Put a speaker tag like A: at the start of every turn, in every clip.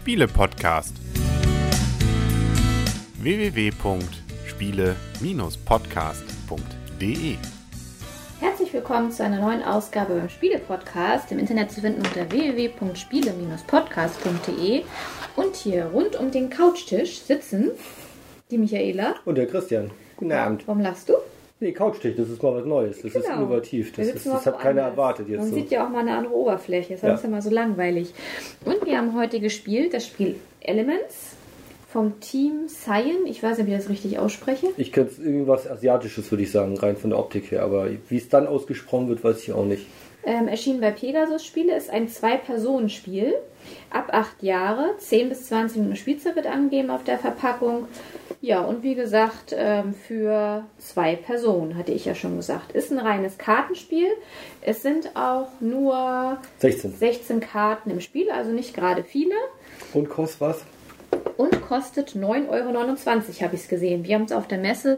A: Spiele-Podcast. www.spiele-podcast.de.
B: Herzlich willkommen zu einer neuen Ausgabe beim Spiele-Podcast, im Internet zu finden unter www.spiele-podcast.de. Und hier rund um den Couchtisch sitzen die Michaela
C: und der Christian. Guten Abend.
B: Warum lachst du?
C: Nee, Couchtisch, das ist mal was Neues. Das ist innovativ. Das hat keiner erwartet jetzt.
B: Man
C: so.
B: sieht ja auch mal eine andere Oberfläche. Das ist ja mal so langweilig. Und wir haben heute gespielt das Spiel Elements vom Team Cyan. Ich weiß nicht, wie ich das richtig ausspreche.
C: Ich könnte irgendwas Asiatisches, würde ich sagen, rein von der Optik her. Aber wie es dann ausgesprochen wird, weiß ich auch nicht.
B: Erschienen bei Pegasus Spiele, ist ein 2-Personen-Spiel. Ab 8 Jahre, 10 bis 20 Minuten Spielzeit wird angegeben auf der Verpackung. Ja, und wie gesagt, für 2 Personen, hatte ich ja schon gesagt. Ist ein reines Kartenspiel. Es sind auch nur 16 Karten im Spiel, also nicht gerade viele.
C: Und kostet was?
B: Und kostet 9,29 Euro, habe ich es gesehen. Wir haben es auf der Messe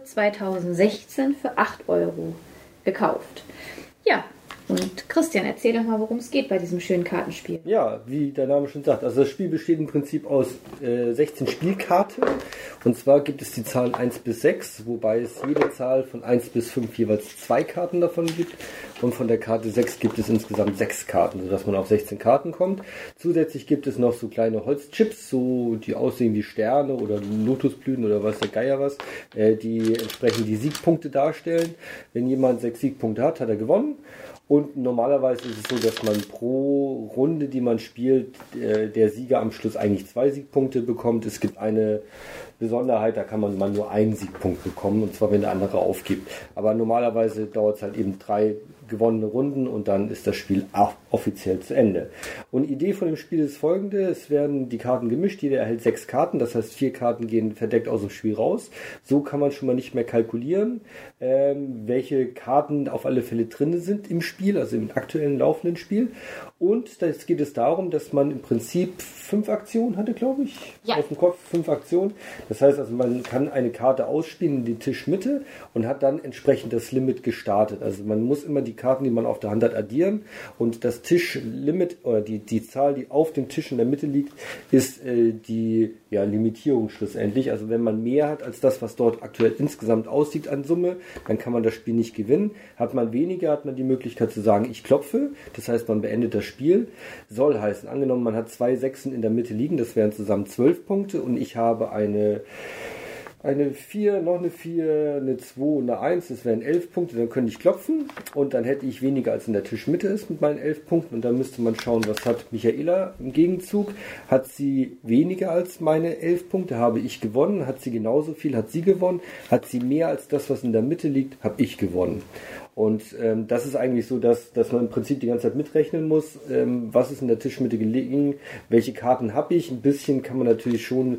B: 2016 für 8 Euro gekauft. Ja. Und Christian, erzähl doch mal, worum es geht bei diesem schönen Kartenspiel.
C: Ja, wie der Name schon sagt. Also das Spiel besteht im Prinzip aus 16 Spielkarten. Und zwar gibt es die Zahlen 1 bis 6, wobei es jede Zahl von 1 bis 5 jeweils 2 Karten davon gibt. Und von der Karte 6 gibt es insgesamt 6 Karten, sodass man auf 16 Karten kommt. Zusätzlich gibt es noch so kleine Holzchips, so die aussehen wie Sterne oder Lotusblüten oder was der Geier was, die entsprechend die Siegpunkte darstellen. Wenn jemand 6 Siegpunkte hat, hat er gewonnen. Und normalerweise ist es so, dass man pro Runde, die man spielt, der Sieger am Schluss eigentlich 2 Siegpunkte bekommt. Es gibt eine Besonderheit, da kann man mal nur einen Siegpunkt bekommen, und zwar wenn der andere aufgibt. Aber normalerweise dauert es halt eben 3 gewonnene Runden und dann ist das Spiel auch offiziell zu Ende. Und die Idee von dem Spiel ist folgende: Es werden die Karten gemischt, jeder erhält 6 Karten, das heißt 4 Karten gehen verdeckt aus dem Spiel raus. So kann man schon mal nicht mehr kalkulieren, welche Karten auf alle Fälle drin sind im Spiel, also im aktuellen laufenden Spiel. Und jetzt geht es darum, dass man im Prinzip 5 Aktionen hatte, glaube ich, auf dem Kopf, 5 Aktionen. Das heißt also, man kann eine Karte ausspielen in die Tischmitte und hat dann entsprechend das Limit gestartet. Also man muss immer die Karten, die man auf der Hand hat, addieren, und das Tischlimit oder die Zahl, die auf dem Tisch in der Mitte liegt, ist die Limitierung schlussendlich. Also wenn man mehr hat als das, was dort aktuell insgesamt aussieht an Summe, dann kann man das Spiel nicht gewinnen. Hat man weniger, hat man die Möglichkeit zu sagen, ich klopfe. Das heißt, man beendet das Spiel. Soll heißen, angenommen, man hat 2 Sechsen in der Mitte liegen, das wären zusammen 12 Punkte, und ich habe eine 4, noch eine 4, eine 2 und eine 1, das wären 11 Punkte, dann könnte ich klopfen und dann hätte ich weniger als in der Tischmitte ist mit meinen 11 Punkten, und dann müsste man schauen, was hat Michaela im Gegenzug. Hat sie weniger als meine 11 Punkte, habe ich gewonnen. Hat sie genauso viel, hat sie gewonnen. Hat sie mehr als das, was in der Mitte liegt, habe ich gewonnen. Und das ist eigentlich so, dass man im Prinzip die ganze Zeit mitrechnen muss, was ist in der Tischmitte gelegen, welche Karten habe ich. Ein bisschen kann man natürlich schon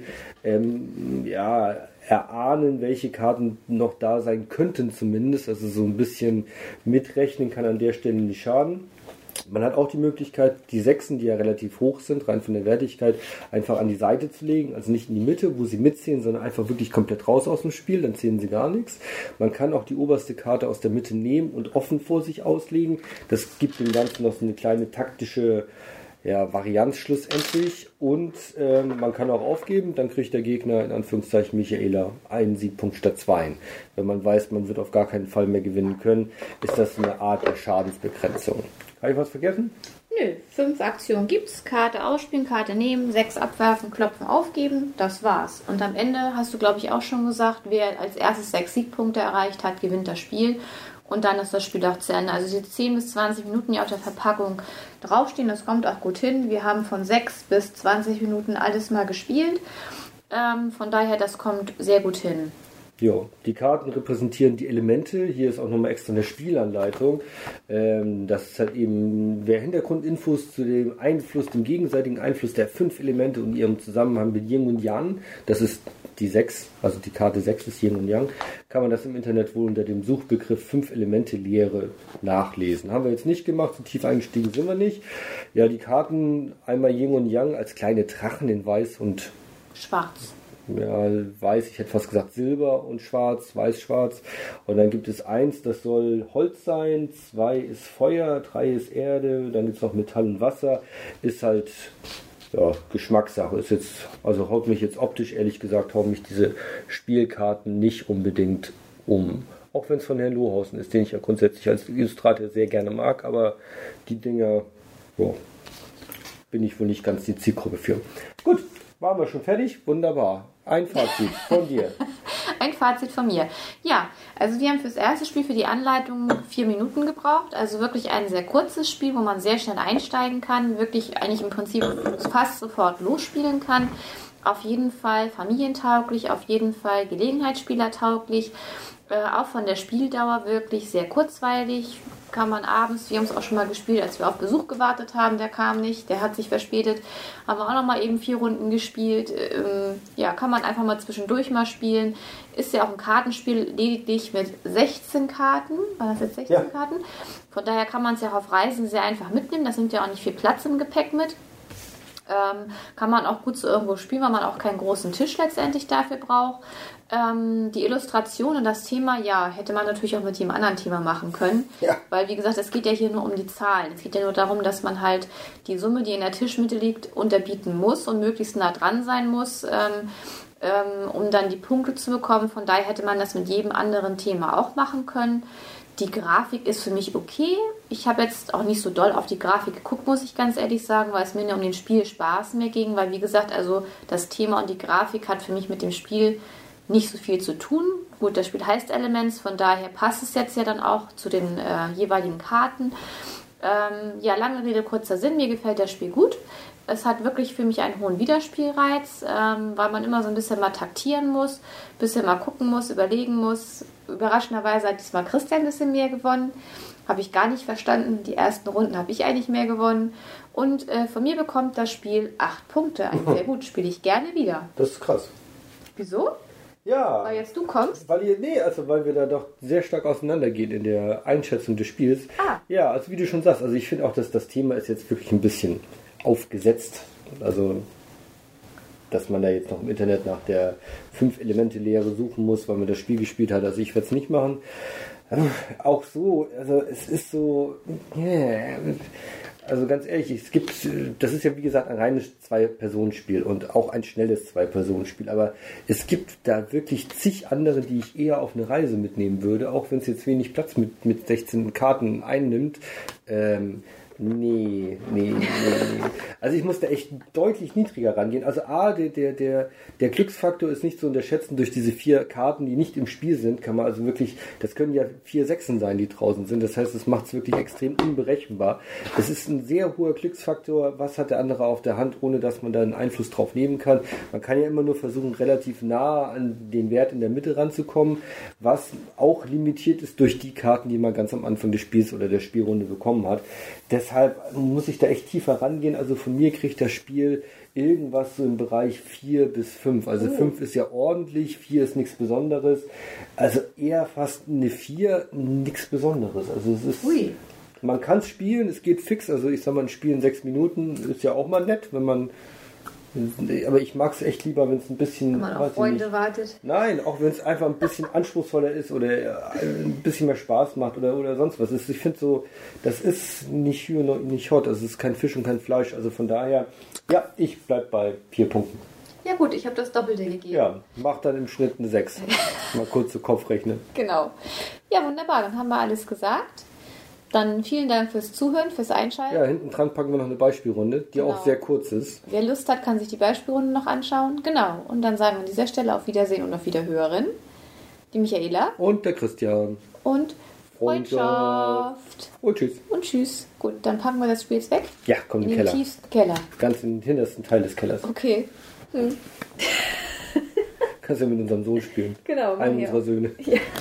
C: erahnen, welche Karten noch da sein könnten zumindest. Also so ein bisschen mitrechnen kann an der Stelle nicht schaden. Man hat auch die Möglichkeit, die Sechsen, die ja relativ hoch sind, rein von der Wertigkeit, einfach an die Seite zu legen. Also nicht in die Mitte, wo sie mitzählen, sondern einfach wirklich komplett raus aus dem Spiel, dann zählen sie gar nichts. Man kann auch die oberste Karte aus der Mitte nehmen und offen vor sich auslegen. Das gibt dem Ganzen noch so eine kleine taktische Varianz schlussendlich. Und man kann auch aufgeben, dann kriegt der Gegner, in Anführungszeichen Michaela, einen Siegpunkt statt 2. Wenn man weiß, man wird auf gar keinen Fall mehr gewinnen können, ist das eine Art der Schadensbegrenzung. Habe ich was vergessen?
B: Nö, 5 Aktionen gibt's. Karte ausspielen, Karte nehmen, 6 abwerfen, klopfen, aufgeben. Das war's. Und am Ende hast du, glaube ich, auch schon gesagt, wer als erstes 6 Siegpunkte erreicht hat, gewinnt das Spiel. Und dann ist das Spiel auch zu Ende. Also die 10 bis 20 Minuten, die auf der Verpackung draufstehen, das kommt auch gut hin. Wir haben von 6 bis 20 Minuten alles mal gespielt. Von daher, das kommt sehr gut hin.
C: Ja, die Karten repräsentieren die Elemente. Hier ist auch nochmal extra eine Spielanleitung. Das ist halt eben Hintergrundinfos zu dem gegenseitigen Einfluss der 5 Elemente und ihrem Zusammenhang mit Yin und Yang. Das ist die 6, also die Karte 6 ist Yin und Yang. Kann man das im Internet wohl unter dem Suchbegriff 5 Elemente Lehre nachlesen. Haben wir jetzt nicht gemacht, so tief eingestiegen sind wir nicht. Ja, die Karten einmal Yin und Yang als kleine Drachen in Weiß und
B: Schwarz.
C: Ja, weiß, ich hätte fast gesagt Silber und Schwarz, Weiß-Schwarz. Und dann gibt es 1, das soll Holz sein, 2 ist Feuer, 3 ist Erde, dann gibt es noch Metall und Wasser, ist halt ja, Geschmackssache. Ist jetzt, also haut mich jetzt optisch, ehrlich gesagt, hauen mich diese Spielkarten nicht unbedingt um. Auch wenn es von Herrn Lohausen ist, den ich ja grundsätzlich als Illustrator sehr gerne mag, aber die Dinger, ja, bin ich wohl nicht ganz die Zielgruppe für. Gut, waren wir schon fertig? Wunderbar. Ein Fazit von dir.
B: Ein Fazit von mir. Ja, also wir haben fürs erste Spiel, für die Anleitung 4 Minuten gebraucht. Also wirklich ein sehr kurzes Spiel, wo man sehr schnell einsteigen kann. Wirklich eigentlich im Prinzip fast sofort losspielen kann. Auf jeden Fall familientauglich, auf jeden Fall gelegenheitsspielertauglich. Auch von der Spieldauer wirklich sehr kurzweilig. Kann man abends, wir haben es auch schon mal gespielt, als wir auf Besuch gewartet haben, der kam nicht, der hat sich verspätet, haben wir auch noch mal eben 4 Runden gespielt. Ja, kann man einfach mal zwischendurch mal spielen. Ist ja auch ein Kartenspiel lediglich mit 16 Karten. War das jetzt 16 Karten? Von daher kann man es ja auch auf Reisen sehr einfach mitnehmen. Das nimmt ja auch nicht viel Platz im Gepäck mit. Kann man auch gut so irgendwo spielen, weil man auch keinen großen Tisch letztendlich dafür braucht. Die Illustration und das Thema, ja, hätte man natürlich auch mit jedem anderen Thema machen können. Ja. Weil, wie gesagt, es geht ja hier nur um die Zahlen. Es geht ja nur darum, dass man halt die Summe, die in der Tischmitte liegt, unterbieten muss und möglichst nah dran sein muss, um dann die Punkte zu bekommen. Von daher hätte man das mit jedem anderen Thema auch machen können. Die Grafik ist für mich okay. Ich habe jetzt auch nicht so doll auf die Grafik geguckt, muss ich ganz ehrlich sagen, weil es mir nur um den Spielspaß mehr ging. Weil, wie gesagt, also das Thema und die Grafik hat für mich mit dem Spiel nicht so viel zu tun. Gut, das Spiel heißt Elements, von daher passt es jetzt ja dann auch zu den jeweiligen Karten. Ja, lange Rede, kurzer Sinn. Mir gefällt das Spiel gut. Es hat wirklich für mich einen hohen Wiederspielreiz, weil man immer so ein bisschen mal taktieren muss, ein bisschen mal gucken muss, überlegen muss. Überraschenderweise hat diesmal Christian ein bisschen mehr gewonnen. Habe ich gar nicht verstanden. Die ersten Runden habe ich eigentlich mehr gewonnen. Und von mir bekommt das Spiel 8 Punkte. Ein sehr gut, spiele ich gerne wieder.
C: Das ist krass.
B: Wieso?
C: Ja.
B: Weil jetzt du kommst?
C: Weil wir da doch sehr stark auseinandergehen in der Einschätzung des Spiels. Ja, also wie du schon sagst, also ich finde auch, dass das Thema ist jetzt wirklich ein bisschen aufgesetzt. Also, dass man da jetzt noch im Internet nach der 5-Elemente-Lehre suchen muss, weil man das Spiel gespielt hat. Also ich werde es nicht machen. Auch so, also es ist so, also ganz ehrlich, das ist ja wie gesagt ein reines 2-Personen-Spiel und auch ein schnelles 2-Personen-Spiel, aber es gibt da wirklich zig andere, die ich eher auf eine Reise mitnehmen würde, auch wenn es jetzt wenig Platz mit 16 Karten einnimmt. Nee. Also ich muss da echt deutlich niedriger rangehen. Also der Glücksfaktor ist nicht zu unterschätzen durch diese 4 Karten, die nicht im Spiel sind. Kann man also wirklich, das können ja 4 Sechsen sein, die draußen sind. Das heißt, es macht es wirklich extrem unberechenbar. Es ist ein sehr hoher Glücksfaktor. Was hat der andere auf der Hand, ohne dass man da einen Einfluss drauf nehmen kann? Man kann ja immer nur versuchen, relativ nah an den Wert in der Mitte ranzukommen, was auch limitiert ist durch die Karten, die man ganz am Anfang des Spiels oder der Spielrunde bekommen hat. Deshalb muss ich da echt tiefer rangehen. Also von mir kriegt das Spiel irgendwas so im Bereich 4 bis 5. Also 5 ist ja ordentlich, 4 ist nichts Besonderes. Also eher fast eine 4, nichts Besonderes. Also es ist, man kann es spielen, es geht fix. Also ich sag mal, ein Spiel in 6 Minuten ist ja auch mal nett, wenn man... Aber ich mag es echt lieber, wenn es ein bisschen...
B: Wenn man auf Freunde wartet.
C: Nein, auch wenn es einfach ein bisschen anspruchsvoller ist oder ein bisschen mehr Spaß macht oder sonst was. Ich finde so, das ist nicht Hü und nicht Hot. Also es ist kein Fisch und kein Fleisch. Also von daher, ja, ich bleib bei 4 Punkten.
B: Ja gut, ich habe das Doppelte gegeben.
C: Ja, mach dann im Schnitt eine 6. Mal kurz zu Kopf rechnen.
B: Genau. Ja, wunderbar. Dann haben wir alles gesagt. Dann vielen Dank fürs Zuhören, fürs Einschalten.
C: Ja, hinten dran packen wir noch eine Beispielrunde, die auch sehr kurz ist.
B: Wer Lust hat, kann sich die Beispielrunde noch anschauen. Genau. Und dann sagen wir an dieser Stelle auf Wiedersehen und auf Wiederhören. Die Michaela.
C: Und der Christian.
B: Und Freundschaft.
C: Und tschüss.
B: Und tschüss. Gut, dann packen wir das Spiel jetzt weg.
C: Ja, komm in den Keller.
B: In den tiefsten Keller.
C: Ganz in den hintersten Teil des Kellers.
B: Okay.
C: Kannst ja mit unserem Sohn spielen.
B: Genau.
C: Einen unserer Söhne.
B: Ja.